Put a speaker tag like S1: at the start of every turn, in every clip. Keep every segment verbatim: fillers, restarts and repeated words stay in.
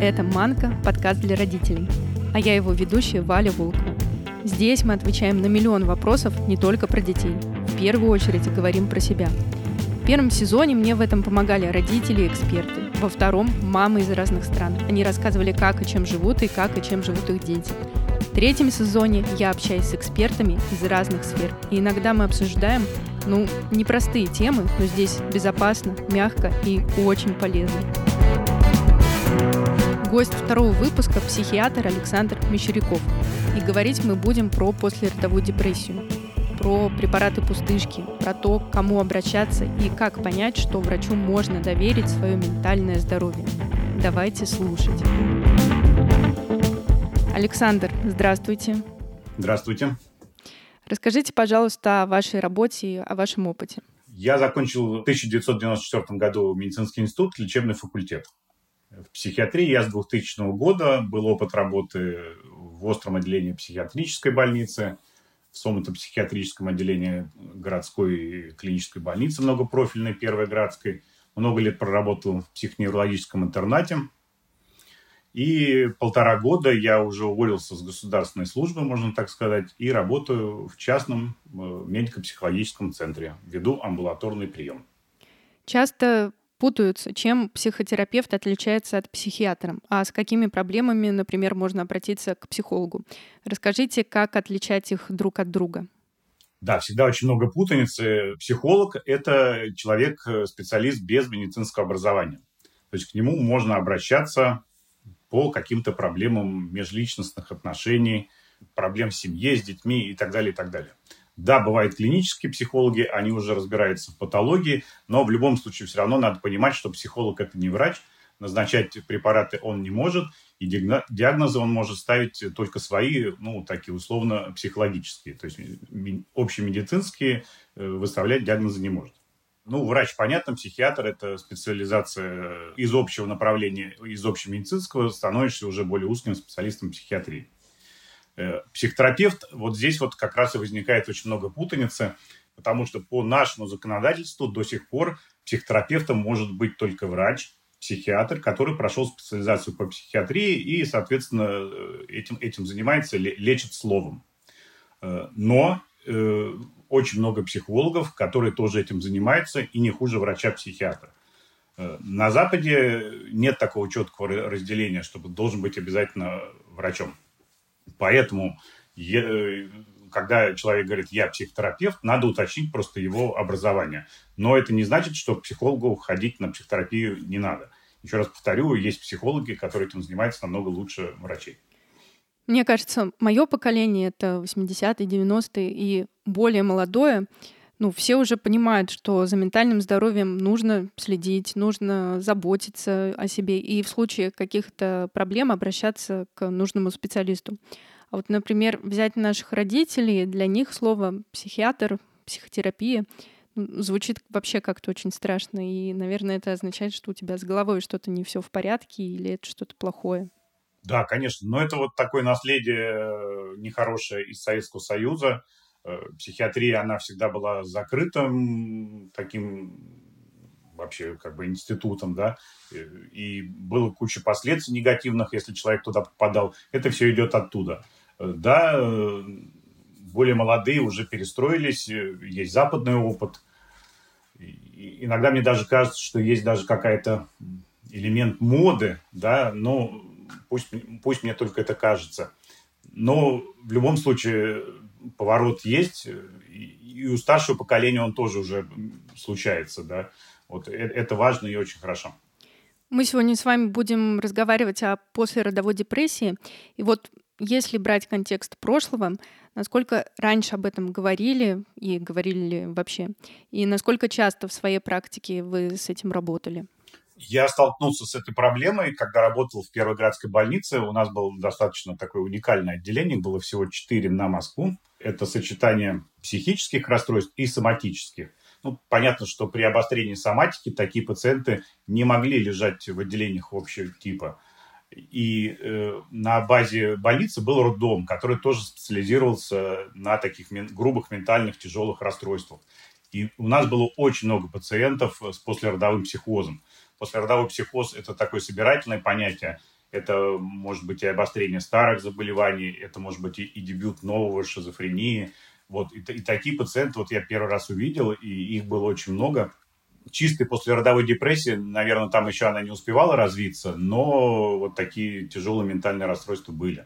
S1: Это «Манка» – подкаст для родителей. А я его ведущая Валя Волкова. Здесь мы отвечаем на миллион вопросов не только про детей. В первую очередь говорим про себя. В первом сезоне мне в этом помогали родители и эксперты. Во втором – мамы из разных стран. Они рассказывали, как и чем живут, и как и чем живут их дети. В третьем сезоне я общаюсь с экспертами из разных сфер. И иногда мы обсуждаем, ну, непростые темы, но здесь безопасно, мягко и очень полезно. Гость второго выпуска – психиатр Александр Мещеряков. И говорить мы будем про послеродовую депрессию, про препараты-пустышки, про то, к кому обращаться и как понять, что врачу можно доверить свое ментальное здоровье. Давайте слушать. Александр, здравствуйте.
S2: Здравствуйте.
S1: Расскажите, пожалуйста, о вашей работе и о вашем опыте.
S2: Я закончил в тысяча девятьсот девяносто четвёртом году медицинский институт, лечебный факультет. В психиатрии я с двухтысячного года, был опыт работы в остром отделении психиатрической больницы, в сомато-психиатрическом отделении городской клинической больницы многопрофильной, первой городской. Много лет проработал в психоневрологическом интернате. И полтора года я уже уволился с государственной службы, можно так сказать, и работаю в частном медико-психологическом центре, веду амбулаторный прием.
S1: Часто путаются, чем психотерапевт отличается от психиатра, а с какими проблемами, например, можно обратиться к психологу. Расскажите, как отличать их друг от друга.
S2: Да, всегда очень много путаницы. Психолог – это человек-специалист без медицинского образования. То есть к нему можно обращаться по каким-то проблемам межличностных отношений, проблем в семье, с детьми и так далее, и так далее. Да, бывают клинические психологи, они уже разбираются в патологии, но в любом случае все равно надо понимать, что психолог – это не врач, назначать препараты он не может, и диагнозы он может ставить только свои, ну, такие условно психологические, то есть общемедицинские выставлять диагнозы не может. Ну, врач, понятно, психиатр – это специализация из общего направления, из общемедицинского, становишься уже более узким специалистом психиатрии. Психотерапевт, вот здесь вот как раз и возникает очень много путаницы, потому что по нашему законодательству до сих пор психотерапевтом может быть только врач, психиатр, который прошел специализацию по психиатрии и, соответственно, этим, этим занимается, лечит словом. Но э, очень много психологов, которые тоже этим занимаются и не хуже врача-психиатра. На Западе нет такого четкого разделения, чтобы должен быть обязательно врачом. Поэтому, когда человек говорит «я психотерапевт», надо уточнить просто его образование. Но это не значит, что к психологу ходить на психотерапию не надо. Еще раз повторю, есть психологи, которые этим занимаются намного лучше врачей.
S1: Мне кажется, мое поколение, это восьмидесятые, девяностые и более молодое, ну, все уже понимают, что за ментальным здоровьем нужно следить, нужно заботиться о себе и в случае каких-то проблем обращаться к нужному специалисту. А вот, например, взять наших родителей, для них слово «психиатр», «психотерапия» ну, звучит вообще как-то очень страшно, и, наверное, это означает, что у тебя с головой что-то не все в порядке или это что-то плохое.
S2: Да, конечно, но это вот такое наследие нехорошее из Советского Союза. Психиатрия, она всегда была закрытым таким вообще как бы институтом, да, и было куча последствий негативных, если человек туда попадал. Это все идет оттуда. Да, более молодые уже перестроились, есть западный опыт. И иногда мне даже кажется, что есть даже какая-то элемент моды, да, но пусть, пусть мне только это кажется. Но в любом случае поворот есть, и у старшего поколения он тоже уже случается, да. Вот это важно и очень хорошо.
S1: Мы сегодня с вами будем разговаривать о послеродовой депрессии. И вот если брать контекст прошлого, насколько раньше об этом говорили и говорили ли вообще, и насколько часто в своей практике вы с этим работали?
S2: Я столкнулся с этой проблемой, когда работал в первой городской больнице. У нас было достаточно такое уникальное отделение, было всего четыре на Москву. Это сочетание психических расстройств и соматических. Ну, понятно, что при обострении соматики такие пациенты не могли лежать в отделениях общего типа. И э, на базе больницы был роддом, который тоже специализировался на таких мен- грубых ментальных тяжелых расстройствах. И у нас было очень много пациентов с послеродовым психозом. Послеродовой психоз – это такое собирательное понятие. это может быть и обострение старых заболеваний, это может быть и, и дебют нового шизофрении. Вот, и, и такие пациенты вот я первый раз увидел, и их было очень много. Чистой послеродовой депрессии, наверное, там еще она не успевала развиться, но вот такие тяжелые ментальные расстройства были.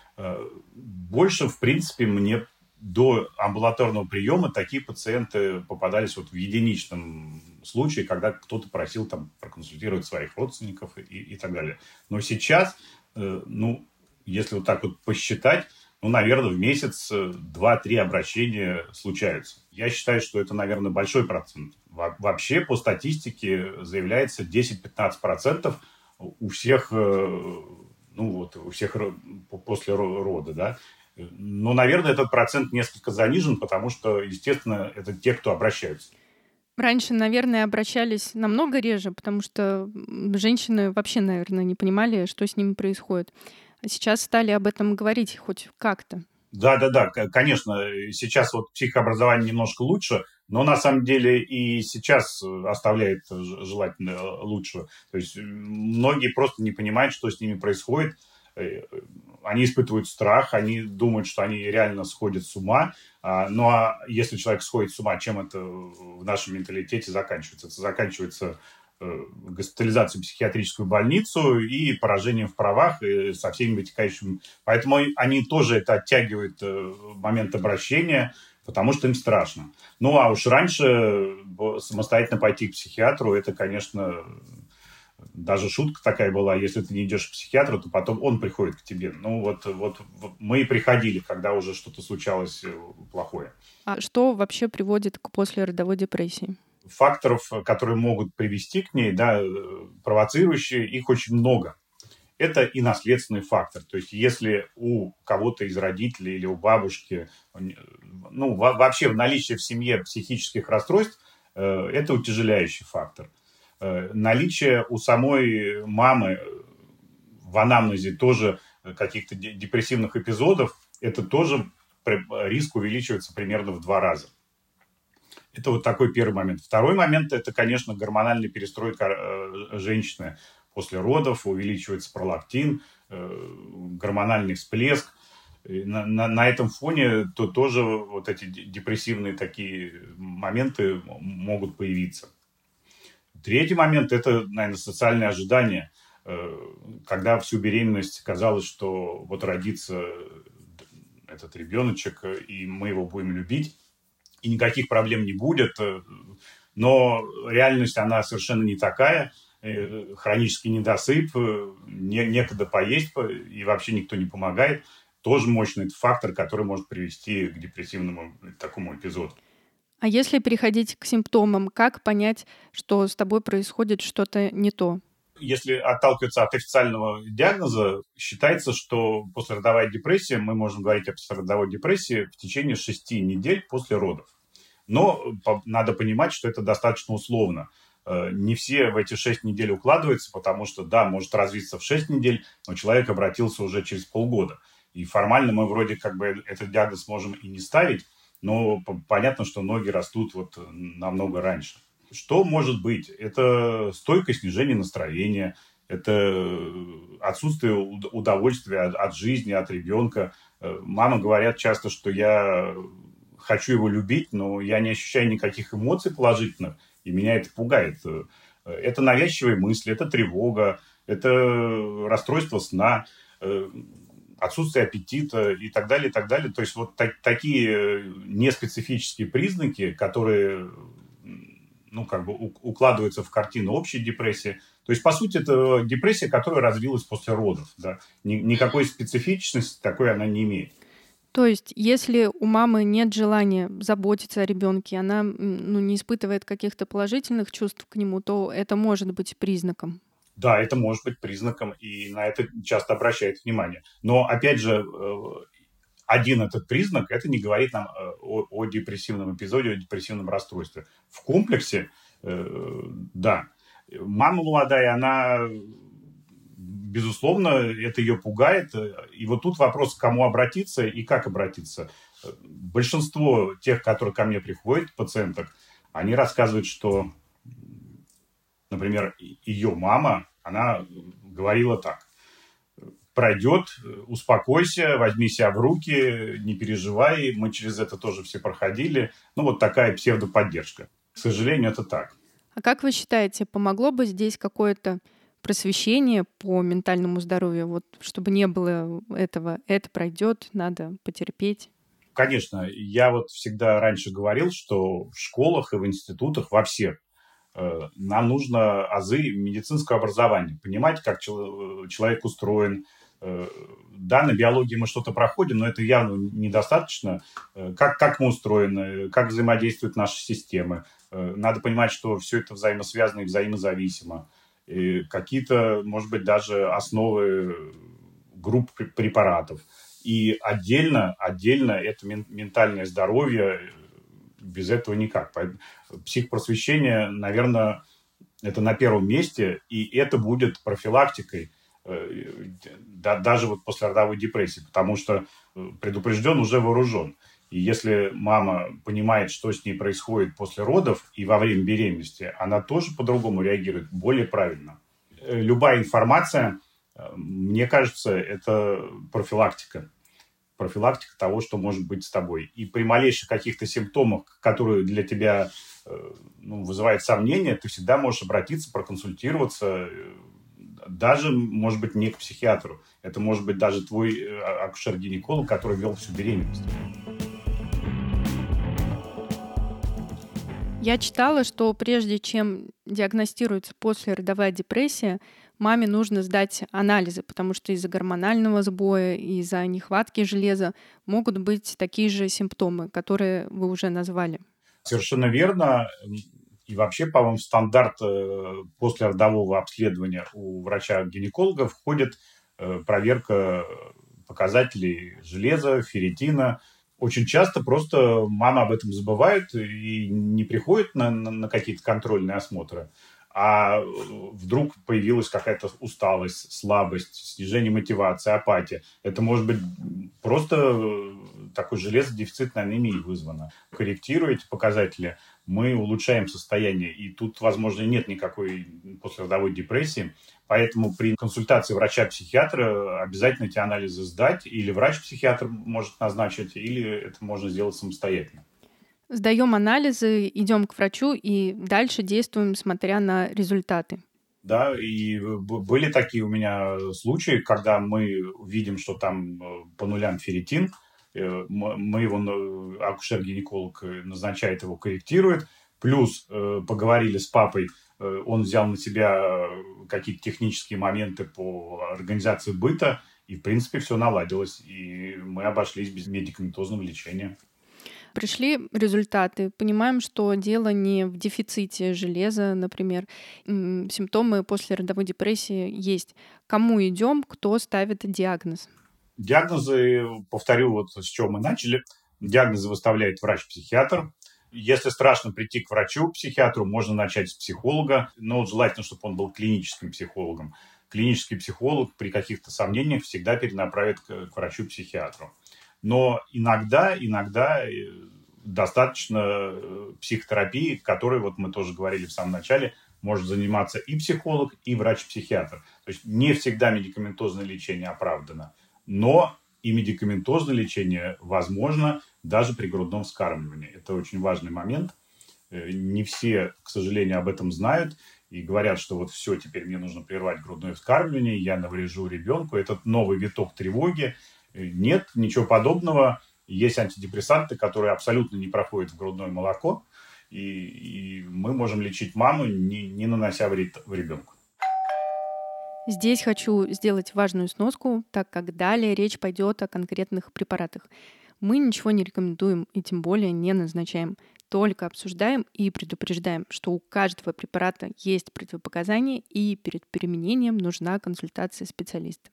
S2: Больше, в принципе, мне до амбулаторного приема такие пациенты попадались вот в единичном случае, когда кто-то просил там проконсультировать своих родственников и, и так далее. Но сейчас, ну, если вот так вот посчитать, ну, наверное, в месяц два-три обращения случаются. Я считаю, что это, наверное, большой процент. Вообще, по статистике, заявляется десять-пятнадцать процентов у всех, ну, вот, у всех после рода, да. Но, наверное, этот процент несколько занижен, потому что, естественно, это те, кто обращаются.
S1: Раньше, наверное, обращались намного реже, потому что женщины вообще, наверное, не понимали, что с ними происходит. А сейчас стали об этом говорить хоть как-то.
S2: Да-да-да, конечно, сейчас вот психообразование немножко лучше, но на самом деле и сейчас оставляет желать лучшего. То есть многие просто не понимают, что с ними происходит. Они испытывают страх, они думают, что они реально сходят с ума. Ну а если человек сходит с ума, чем это в нашем менталитете заканчивается? Это заканчивается госпитализацией в психиатрическую больницу и поражением в правах и со всеми вытекающими. Поэтому они тоже это оттягивают в момент обращения, потому что им страшно. Ну, а уж раньше самостоятельно пойти к психиатру, это, конечно, даже шутка такая была, если ты не идешь к психиатру, то потом он приходит к тебе. Ну, вот, вот, вот мы и приходили, когда уже что-то случалось плохое.
S1: А что вообще приводит к послеродовой депрессии?
S2: Факторов, которые могут привести к ней, да, провоцирующие, их очень много. Это и наследственный фактор. То есть, если у кого-то из родителей или у бабушки, ну, вообще наличие в семье психических расстройств, это утяжеляющий фактор. Наличие у самой мамы в анамнезе тоже каких-то депрессивных эпизодов, это тоже риск увеличивается примерно в два раза. Это вот такой первый момент. Второй момент – это, конечно, гормональная перестройка женщины после родов, увеличивается пролактин, гормональный всплеск. На, на, на этом фоне то тоже вот эти депрессивные такие моменты могут появиться. Третий момент – это, наверное, социальные ожидания. Когда всю беременность казалось, что вот родится этот ребеночек, и мы его будем любить, и никаких проблем не будет. Но реальность, она совершенно не такая. Хронический недосып, не, некогда поесть, и вообще никто не помогает. Тоже мощный фактор, который может привести к депрессивному такому эпизоду.
S1: А если переходить к симптомам, как понять, что с тобой происходит что-то не то?
S2: Если отталкиваться от официального диагноза, считается, что послеродовая депрессия, мы можем говорить о послеродовой депрессии в течение шести недель после родов. Но надо понимать, что это достаточно условно. Не все в эти шесть недель укладываются, потому что, да, может развиться в шесть недель, но человек обратился уже через полгода. И формально мы вроде как бы этот диагноз можем и не ставить, но понятно, что ноги растут вот намного раньше. Что может быть? Это стойкое снижение настроения, это отсутствие удовольствия от, от жизни, от ребенка. Мамы говорят часто, что я хочу его любить, но я не ощущаю никаких эмоций положительных, и меня это пугает. Это навязчивые мысли, это тревога, это расстройство сна, отсутствие аппетита и так далее, и так далее. То есть вот так, такие неспецифические признаки, которые, ну, как бы укладываются в картину общей депрессии. То есть, по сути, это депрессия, которая развилась после родов. Да? Никакой специфичности такой она не имеет.
S1: То есть, если у мамы нет желания заботиться о ребенке, она, ну, не испытывает каких-то положительных чувств к нему, то это может быть признаком.
S2: Да, это может быть признаком, и на это часто обращают внимание. Но, опять же, один этот признак, это не говорит нам о, о депрессивном эпизоде, о депрессивном расстройстве. В комплексе, да, мама молодая, она, безусловно, это ее пугает. И вот тут вопрос, к кому обратиться и как обратиться. Большинство тех, которые ко мне приходят, пациенток, они рассказывают, что, например, ее мама, она говорила так: пройдет, успокойся, возьми себя в руки, не переживай, мы через это тоже все проходили. Ну, вот такая псевдоподдержка. К сожалению, это так.
S1: А как вы считаете, помогло бы здесь какое-то просвещение по ментальному здоровью, вот чтобы не было этого, это пройдет, надо потерпеть?
S2: Конечно, я вот всегда раньше говорил, что в школах и в институтах, во всех, нам нужно азы медицинского образования, понимать, как человек устроен. Да, на биологии мы что-то проходим, но это явно недостаточно. Как, как мы устроены, как взаимодействуют наши системы. Надо понимать, что все это взаимосвязано и взаимозависимо. И какие-то, может быть, даже основы групп препаратов. И отдельно, отдельно это ментальное здоровье, без этого никак. Психопросвещение, наверное, это на первом месте, и это будет профилактикой даже вот после родовой депрессии, потому что предупрежден уже вооружен. И если мама понимает, что с ней происходит после родов и во время беременности, она тоже по-другому реагирует, более правильно. Любая информация, мне кажется, это профилактика. Профилактика того, что может быть с тобой. И при малейших каких-то симптомах, которые для тебя ну, вызывают сомнения, ты всегда можешь обратиться, проконсультироваться, даже, может быть, не к психиатру. Это может быть даже твой акушер-гинеколог, который вел всю беременность.
S1: Я читала, что прежде чем диагностируется послеродовая депрессия, маме нужно сдать анализы, потому что из-за гормонального сбоя и из-за нехватки железа могут быть такие же симптомы, которые вы уже назвали.
S2: Совершенно верно. И вообще, по-моему, в стандарт послеродового обследования у врача-гинеколога входит проверка показателей железа, ферритина. Очень часто просто мама об этом забывает и не приходит на, на, на какие-то контрольные осмотры, а вдруг появилась какая-то усталость, слабость, снижение мотивации, апатия. Это может быть просто такой железодефицитной анемией вызвано. Корректируя эти показатели, мы улучшаем состояние. И тут, возможно, нет никакой послеродовой депрессии. Поэтому при консультации врача-психиатра обязательно эти анализы сдать. Или врач-психиатр может назначить, или это можно сделать самостоятельно.
S1: Сдаем анализы, идем к врачу и дальше действуем, смотря на результаты.
S2: Да, и были такие у меня случаи, когда мы видим, что там по нулям ферритин, мы его, акушер-гинеколог назначает его, корректирует, плюс поговорили с папой, он взял на себя какие-то технические моменты по организации быта, и, в принципе, все наладилось, и мы обошлись без медикаментозного лечения.
S1: Пришли результаты, понимаем, что дело не в дефиците железа, например. Симптомы послеродовой депрессии есть. Кому идем, кто ставит диагноз?
S2: Диагнозы, повторю, вот с чего мы начали. Диагнозы выставляет врач-психиатр. Если страшно прийти к врачу-психиатру, можно начать с психолога, но желательно, чтобы он был клиническим психологом. Клинический психолог при каких-то сомнениях всегда перенаправит к врачу-психиатру. Но иногда, иногда достаточно психотерапии, которой, вот мы тоже говорили в самом начале, может заниматься и психолог, и врач-психиатр. То есть не всегда медикаментозное лечение оправдано, но и медикаментозное лечение возможно даже при грудном вскармливании. Это очень важный момент. Не все, к сожалению, об этом знают и говорят, что вот все, теперь мне нужно прервать грудное вскармливание, я наврежу ребенку. Это новый виток тревоги. Нет, ничего подобного. Есть антидепрессанты, которые абсолютно не проходят в грудное молоко, и, и мы можем лечить маму, не, не нанося вред ребенку.
S1: Здесь хочу сделать важную сноску, так как далее речь пойдет о конкретных препаратах. Мы ничего не рекомендуем и тем более не назначаем, только обсуждаем и предупреждаем, что у каждого препарата есть противопоказания и перед применением нужна консультация специалиста.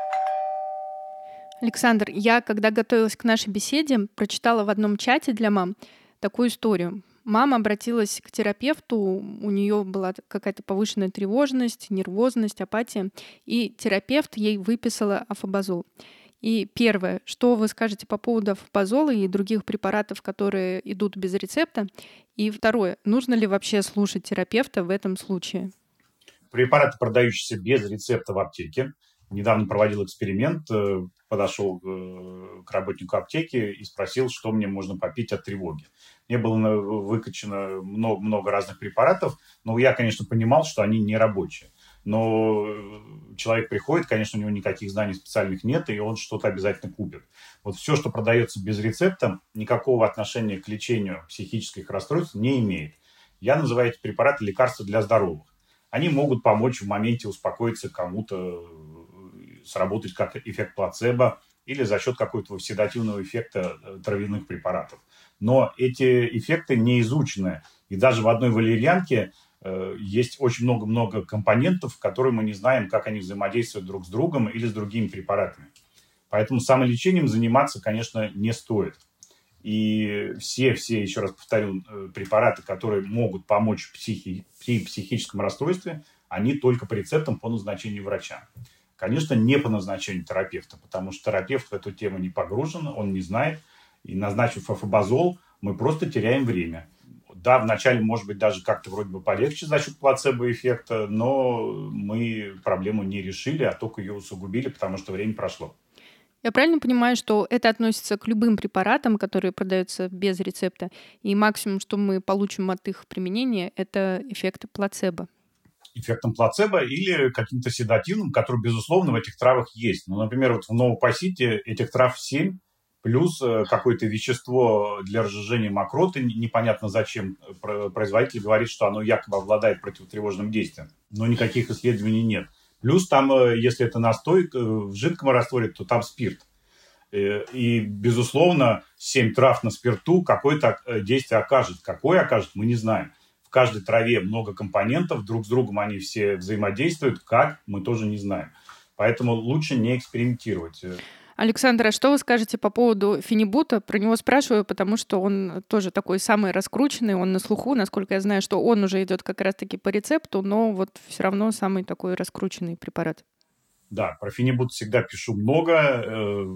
S1: Александр, я, когда готовилась к нашей беседе, прочитала в одном чате для мам такую историю. Мама обратилась к терапевту, у нее была какая-то повышенная тревожность, нервозность, апатия, и терапевт ей выписала афобазол. И первое, что вы скажете по поводу афобазола и других препаратов, которые идут без рецепта? И второе, нужно ли вообще слушать терапевта в этом случае?
S2: Препараты, продающиеся без рецепта в аптеке, недавно проводил эксперимент, подошел к работнику аптеки и спросил, что мне можно попить от тревоги. Мне было выкачано много, много разных препаратов, но я, конечно, понимал, что они не рабочие. Но человек приходит, конечно, у него никаких знаний специальных нет, и он что-то обязательно купит. Вот все, что продается без рецепта, никакого отношения к лечению психических расстройств не имеет. Я называю эти препараты лекарства для здоровых. Они могут помочь в моменте успокоиться кому-то, сработать как эффект плацебо или за счет какого-то седативного эффекта травяных препаратов. Но эти эффекты не изучены. И даже в одной валерьянке э, есть очень много-много компонентов, которые мы не знаем, как они взаимодействуют друг с другом или с другими препаратами. Поэтому самолечением заниматься, конечно, не стоит. И все, все, еще раз повторю, препараты, которые могут помочь психи, при психическом расстройстве, они только по рецептам по назначению врача. Конечно, не по назначению терапевта, потому что терапевт в эту тему не погружен, он не знает. И назначив афобазол, мы просто теряем время. Да, вначале, может быть, даже как-то вроде бы полегче за счет плацебо-эффекта, но мы проблему не решили, а только ее усугубили, потому что время прошло.
S1: Я правильно понимаю, что это относится к любым препаратам, которые продаются без рецепта, и максимум, что мы получим от их применения, это эффект плацебо?
S2: Эффектом плацебо или каким-то седативным, который, безусловно, в этих травах есть. Ну, например, вот в новопосите этих трав семь, плюс какое-то вещество для разжижения мокроты, непонятно зачем. Производитель говорит, что оно якобы обладает противотревожным действием, но никаких исследований нет. Плюс там, если это настой в жидком растворе, то там спирт. И, безусловно, семь трав на спирту какое-то действие окажет. Какое окажет, мы не знаем. В каждой траве много компонентов, друг с другом они все взаимодействуют. Как, мы тоже не знаем. Поэтому лучше не экспериментировать.
S1: Александр, а что вы скажете по поводу фенибута? Про него спрашиваю, потому что он тоже такой самый раскрученный, он на слуху. Насколько я знаю, что он уже идет как раз-таки по рецепту, но вот все равно самый такой раскрученный препарат.
S2: Да, про фенибут всегда пишу много, э,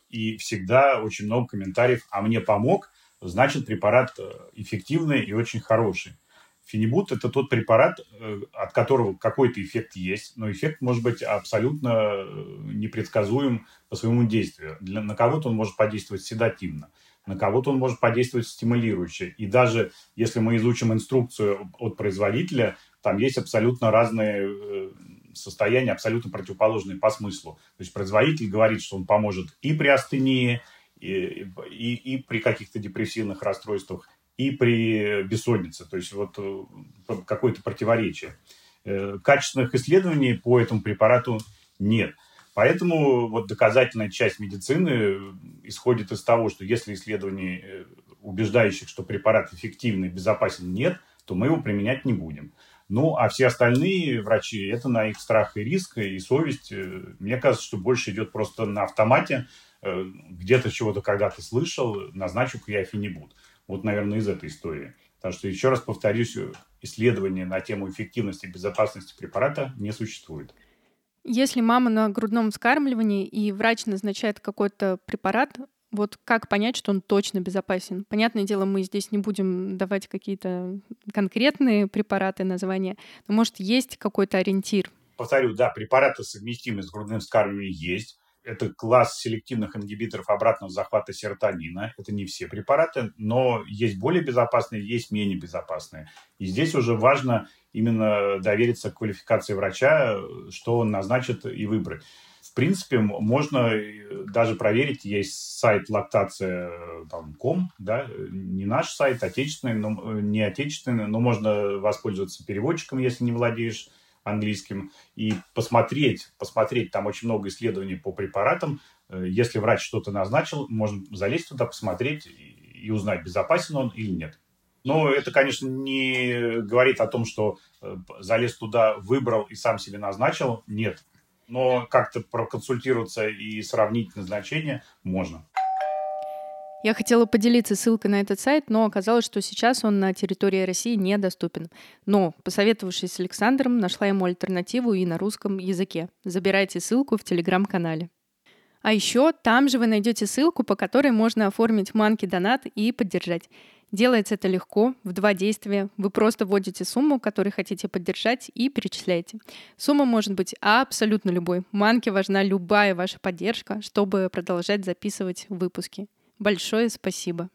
S2: и всегда очень много комментариев «а мне помог», значит, препарат эффективный и очень хороший. Фенибут – это тот препарат, от которого какой-то эффект есть, но эффект может быть абсолютно непредсказуем по своему действию. Для, на кого-то он может подействовать седативно, на кого-то он может подействовать стимулирующе. И даже если мы изучим инструкцию от производителя, там есть абсолютно разные состояния, абсолютно противоположные по смыслу. То есть производитель говорит, что он поможет и при астении, и, и, и при каких-то депрессивных расстройствах, и при бессоннице, то есть вот какое-то противоречие. Качественных исследований по этому препарату нет. Поэтому вот доказательная часть медицины исходит из того, что если исследований, убеждающих, что препарат эффективный, безопасен, нет, то мы его применять не будем. Ну, а все остальные врачи, это на их страх и риск, и совесть. Мне кажется, что больше идет просто на автомате. Где-то чего-то когда-то слышал, назначу-ка я фенибут. Вот, наверное, из этой истории. Потому что, еще раз повторюсь, исследования на тему эффективности и безопасности препарата не существует.
S1: Если мама на грудном вскармливании и врач назначает какой-то препарат, вот как понять, что он точно безопасен? Понятное дело, мы здесь не будем давать какие-то конкретные препараты, названия, но, может, есть какой-то ориентир?
S2: Повторю, да, препараты, совместимые с грудным вскармливанием, есть. Это класс селективных ингибиторов обратного захвата серотонина. Это не все препараты, но есть более безопасные, есть менее безопасные. И здесь уже важно именно довериться квалификации врача, что он назначит и выбрать. В принципе, можно даже проверить, есть сайт лактация точка ком, да, не наш сайт, отечественный, но не отечественный, но можно воспользоваться переводчиком, если не владеешь английским, и посмотреть, посмотреть, там очень много исследований по препаратам. Если врач что-то назначил, можно залезть туда, посмотреть и узнать, безопасен он или нет. Но это, конечно, не говорит о том, что залез туда, выбрал и сам себе назначил. Нет. Но как-то проконсультироваться и сравнить назначение можно.
S1: Я хотела поделиться ссылкой на этот сайт, но оказалось, что сейчас он на территории России недоступен. Но, посоветовавшись с Александром, нашла ему альтернативу и на русском языке. Забирайте ссылку в телеграм-канале. А еще там же вы найдете ссылку, по которой можно оформить Манки донат и поддержать. Делается это легко, в два действия. Вы просто вводите сумму, которую хотите поддержать, и перечисляете. Сумма может быть абсолютно любой. Манке важна любая ваша поддержка, чтобы продолжать записывать выпуски. Большое спасибо.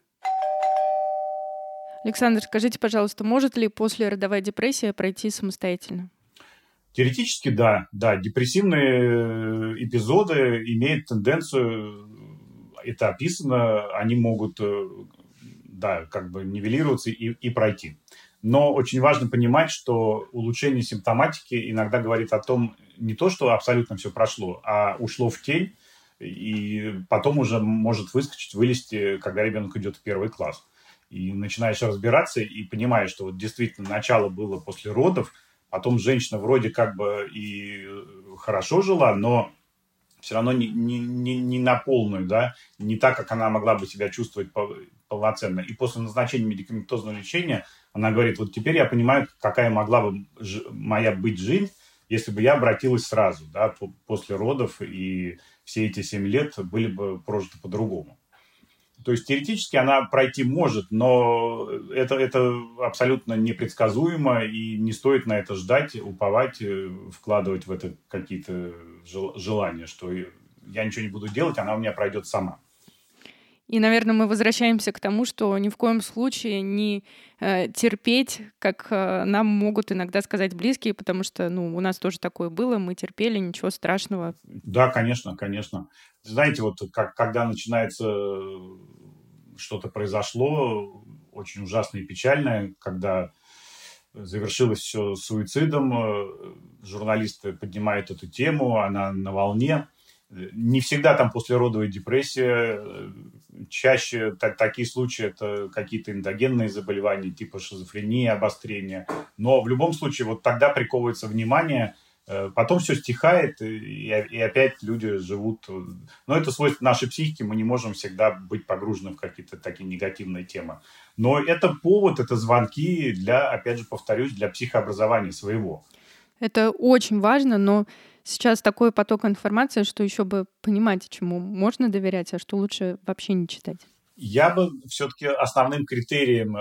S1: Александр, скажите, пожалуйста, может ли послеродовая депрессия пройти самостоятельно?
S2: Теоретически, да. Да, депрессивные эпизоды имеют тенденцию, это описано, они могут, да, как бы нивелироваться и, и пройти. Но очень важно понимать, что улучшение симптоматики иногда говорит о том, не то, что абсолютно все прошло, а ушло в тень, и потом уже может выскочить, вылезти, когда ребенок идет в первый класс. И начинаешь разбираться и понимаешь, что вот действительно начало было после родов, потом женщина вроде как бы и хорошо жила, но все равно не, не, не, не на полную, да, не так, как она могла бы себя чувствовать полноценно. И после назначения медикаментозного лечения она говорит, вот теперь я понимаю, какая могла бы ж, моя быть жизнь, если бы я обратилась сразу, да, после родов, и все эти семь лет были бы прожиты по-другому. То есть теоретически она пройти может, но это, это абсолютно непредсказуемо, и не стоит на это ждать, уповать, вкладывать в это какие-то желания, что я ничего не буду делать, она у меня пройдет сама.
S1: И, наверное, мы возвращаемся к тому, что ни в коем случае не э, терпеть, как э, нам могут иногда сказать близкие, потому что, ну, у нас тоже такое было, мы терпели, ничего страшного.
S2: Да, конечно, конечно. Знаете, вот как, когда начинается что-то произошло, очень ужасное и печальное, когда завершилось все суицидом, журналисты поднимают эту тему, она на волне. Не всегда там послеродовая депрессия, чаще так, такие случаи это какие-то эндогенные заболевания, типа шизофрении, обострения. Но в любом случае вот тогда приковывается внимание, потом все стихает, и, и опять люди живут. Но это свойство нашей психики, мы не можем всегда быть погружены в какие-то такие негативные темы. Но это повод, это звонки для, опять же, повторюсь, для психообразования своего.
S1: Это очень важно, но сейчас такой поток информации, что еще бы понимать, чему можно доверять, а что лучше вообще не читать.
S2: Я бы все-таки основным критерием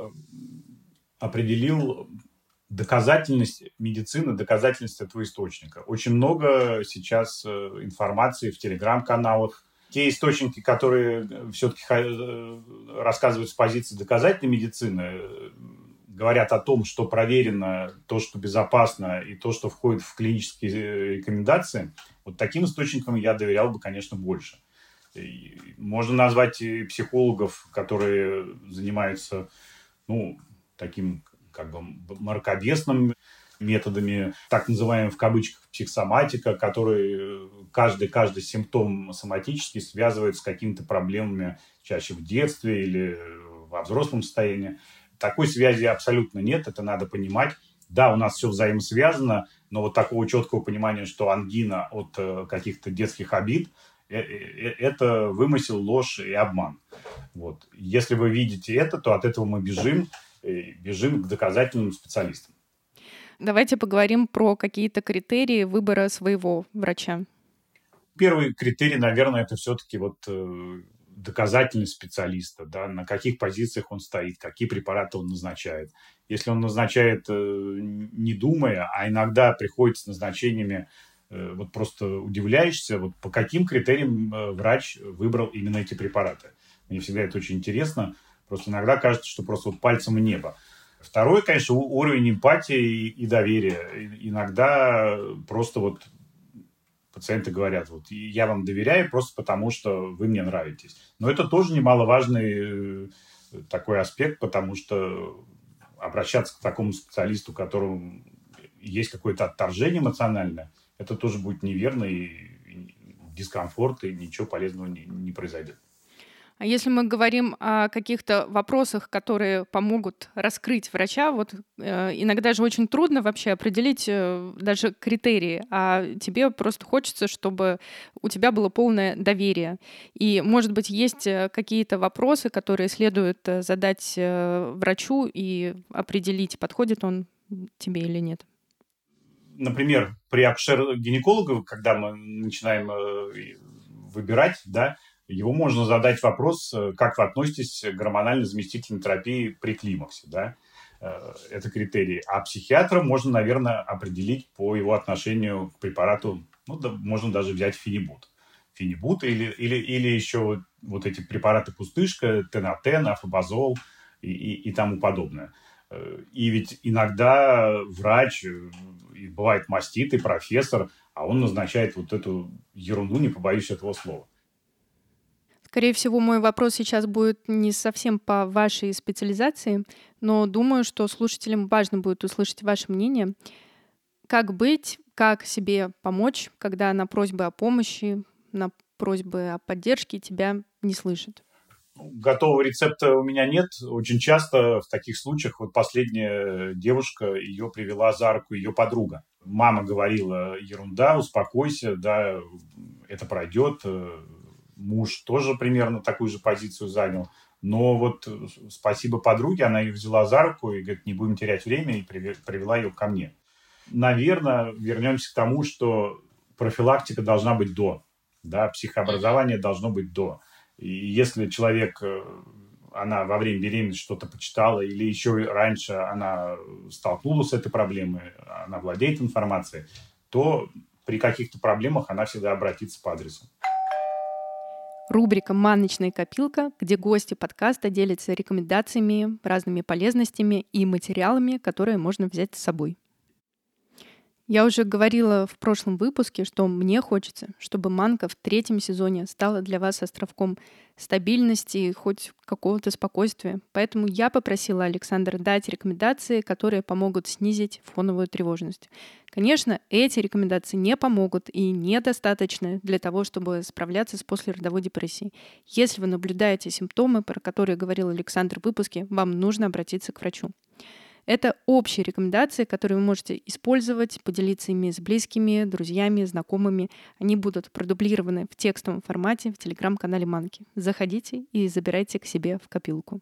S2: определил доказательность медицины, доказательность этого источника. Очень много сейчас информации в телеграм-каналах. Те источники, которые все-таки рассказывают с позиции доказательной медицины, говорят о том, что проверено, то, что безопасно, и то, что входит в клинические рекомендации, вот таким источникам я доверял бы, конечно, больше. И можно назвать психологов, которые занимаются, ну, таким как бы мракобесным методами, так называемым в кавычках психосоматика, который каждый, каждый симптом соматический связывает с какими-то проблемами чаще в детстве или во взрослом состоянии. Такой связи абсолютно нет, это надо понимать. Да, у нас все взаимосвязано, но вот такого четкого понимания, что ангина от каких-то детских обид, это вымысел, ложь и обман. Вот. Если вы видите это, то от этого мы бежим, бежим к доказательным специалистам.
S1: Давайте поговорим про какие-то критерии выбора своего врача.
S2: Первый критерий, наверное, это все-таки вот доказательность специалиста, да, на каких позициях он стоит, какие препараты он назначает. Если он назначает не думая, а иногда приходит с назначениями, вот просто удивляешься, вот по каким критериям врач выбрал именно эти препараты. Мне всегда это очень интересно. Просто иногда кажется, что просто вот пальцем в небо. Второе, конечно, уровень эмпатии и доверия. Иногда просто вот пациенты говорят, вот я вам доверяю просто потому, что вы мне нравитесь. Но это тоже немаловажный такой аспект, потому что обращаться к такому специалисту, у которого есть какое-то отторжение эмоциональное, это тоже будет неверно, и дискомфорт, и ничего полезного не, не произойдет.
S1: А если мы говорим о каких-то вопросах, которые помогут раскрыть врача, вот э, иногда же очень трудно вообще определить э, даже критерии, а тебе просто хочется, чтобы у тебя было полное доверие. И, может быть, есть какие-то вопросы, которые следует задать э, врачу и определить, подходит он тебе или нет.
S2: Например, при акушер-гинекологах, когда мы начинаем э, выбирать, да, его можно задать вопрос, как вы относитесь к гормонально-заместительной терапии при климаксе, да? Это критерий. А психиатра можно, наверное, определить по его отношению к препарату, ну, да, можно даже взять фенибут. Фенибут или, или, или еще вот, вот эти препараты пустышка, тенотен, афобазол и, и, и тому подобное. И ведь иногда врач, и бывает мастит, и профессор, а он назначает вот эту ерунду, не побоюсь этого слова.
S1: Скорее всего, мой вопрос сейчас будет не совсем по вашей специализации, но думаю, что слушателям важно будет услышать ваше мнение. Как быть, как себе помочь, когда на просьбы о помощи, на просьбы о поддержке тебя не слышат?
S2: Готового рецепта у меня нет. Очень часто в таких случаях, вот последняя девушка, ее привела за руку ее подруга. Мама говорила: ерунда, успокойся, да, это пройдет. Муж тоже примерно такую же позицию занял. Но вот спасибо подруге, она ее взяла за руку и говорит: не будем терять время, и привела ее ко мне. Наверное, вернемся к тому, что профилактика должна быть до, да, психообразование должно быть до. И если человек, она во время беременности что-то почитала, или еще раньше она столкнулась с этой проблемой, она владеет информацией, то при каких-то проблемах она всегда обратится по адресу.
S1: Рубрика «Маночная копилка», где гости подкаста делятся рекомендациями, разными полезностями и материалами, которые можно взять с собой. Я уже говорила в прошлом выпуске, что мне хочется, чтобы манка в третьем сезоне стала для вас островком стабильности и хоть какого-то спокойствия. Поэтому я попросила Александра дать рекомендации, которые помогут снизить фоновую тревожность. Конечно, эти рекомендации не помогут и недостаточны для того, чтобы справляться с послеродовой депрессией. Если вы наблюдаете симптомы, про которые говорил Александр в выпуске, вам нужно обратиться к врачу. Это общие рекомендации, которые вы можете использовать, поделиться ими с близкими, друзьями, знакомыми. Они будут продублированы в текстовом формате в телеграм-канале Манки. Заходите и забирайте к себе в копилку.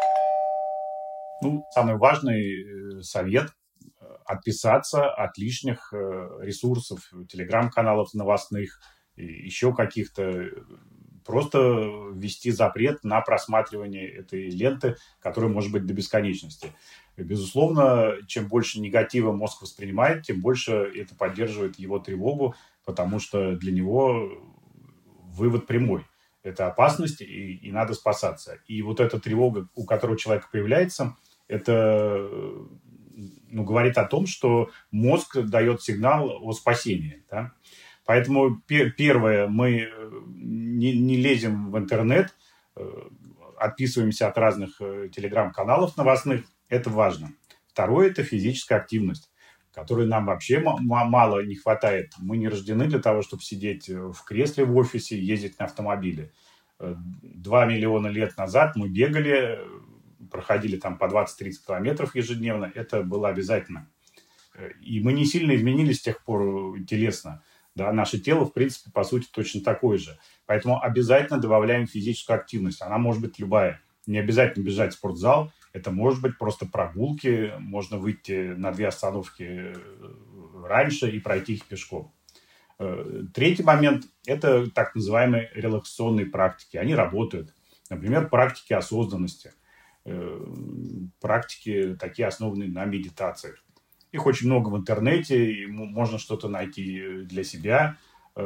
S2: Ну, самый важный совет – отписаться от лишних ресурсов, телеграм-каналов новостных, еще каких-то. Просто ввести запрет на просматривание этой ленты, которая может быть до бесконечности. Безусловно, чем больше негатива мозг воспринимает, тем больше это поддерживает его тревогу, потому что для него вывод прямой. Это опасность, и, и надо спасаться. И вот эта тревога, у которого человека появляется, это, ну, говорит о том, что мозг дает сигнал о спасении, да? Поэтому первое, мы не, не лезем в интернет, отписываемся от разных телеграм-каналов новостных. Это важно. Второе – это физическая активность, которой нам вообще мало не хватает. Мы не рождены для того, чтобы сидеть в кресле в офисе и ездить на автомобиле. Два миллиона лет назад мы бегали, проходили там по двадцать-тридцать километров ежедневно. Это было обязательно. И мы не сильно изменились с тех пор телесно. Да, наше тело, в принципе, по сути, точно такое же. Поэтому обязательно добавляем физическую активность. Она может быть любая. Не обязательно бежать в спортзал. Это может быть просто прогулки. Можно выйти на две остановки раньше и пройти их пешком. Третий момент – это так называемые релаксационные практики. Они работают. Например, практики осознанности. Практики, такие основанные на медитациях. Их очень много в интернете, и можно что-то найти для себя,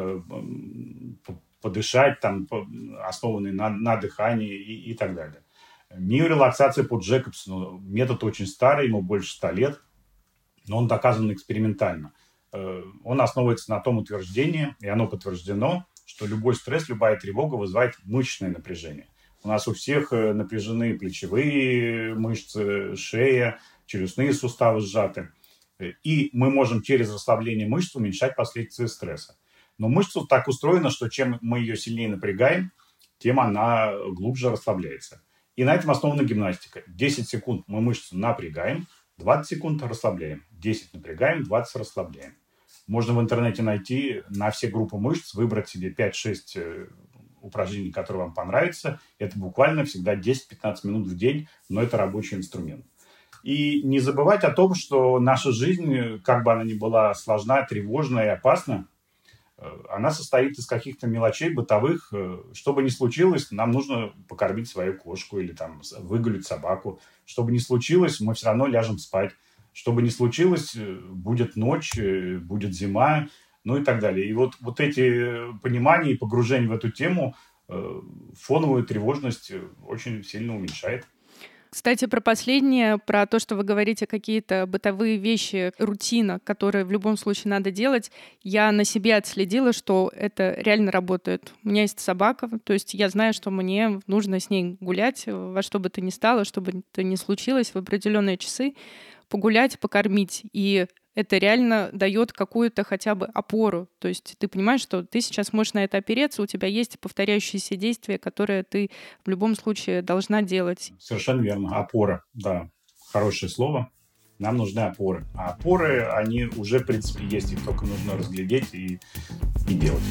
S2: подышать, там, основанные на, на дыхании и, и так далее. Миорелаксация по Джейкобсону. Метод очень старый, ему больше ста лет, но он доказан экспериментально. Он основывается на том утверждении, и оно подтверждено, что любой стресс, любая тревога вызывает мышечное напряжение. У нас у всех напряжены плечевые мышцы, шея, челюстные суставы сжаты. И мы можем через расслабление мышц уменьшать последствия стресса. Но мышца так устроена, что чем мы ее сильнее напрягаем, тем она глубже расслабляется. И на этом основана гимнастика. десять секунд мы мышцу напрягаем, двадцать секунд расслабляем. десять напрягаем, двадцать расслабляем. Можно в интернете найти на все группы мышц, выбрать себе пять-шесть упражнений, которые вам понравятся. Это буквально всегда десять-пятнадцать минут в день, но это рабочий инструмент. И не забывать о том, что наша жизнь, как бы она ни была сложна, тревожна и опасна, она состоит из каких-то мелочей бытовых. Что бы ни случилось, нам нужно покормить свою кошку или там выгулять собаку. Что бы ни случилось, мы все равно ляжем спать. Что бы ни случилось, будет ночь, будет зима, ну и так далее. И вот, вот эти понимания и погружение в эту тему фоновую тревожность очень сильно уменьшает.
S1: Кстати, про последнее, про то, что вы говорите, какие-то бытовые вещи, рутина, которые в любом случае надо делать, я на себе отследила, что это реально работает. У меня есть собака, то есть я знаю, что мне нужно с ней гулять во что бы то ни стало, что бы то ни случилось в определенные часы, погулять, покормить. И это реально дает какую-то хотя бы опору. То есть ты понимаешь, что ты сейчас можешь на это опереться, у тебя есть повторяющиеся действия, которые ты в любом случае должна делать.
S2: Совершенно верно. Опора, да. Хорошее слово. Нам нужны опоры. А опоры, они уже, в принципе, есть. Их только нужно разглядеть и, и делать.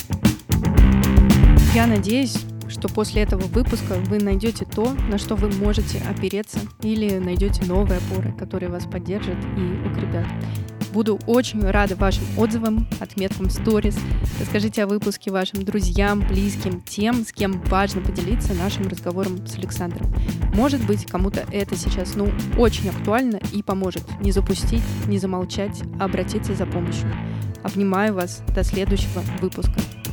S1: Я надеюсь, что после этого выпуска вы найдете то, на что вы можете опереться, или найдете новые опоры, которые вас поддержат и укрепят. Буду очень рада вашим отзывам, отметкам в сторис. Расскажите о выпуске вашим друзьям, близким, тем, с кем важно поделиться нашим разговором с Александром. Может быть, кому-то это сейчас, ну, очень актуально и поможет не запустить, не замолчать, а обратиться за помощью. Обнимаю вас. До следующего выпуска.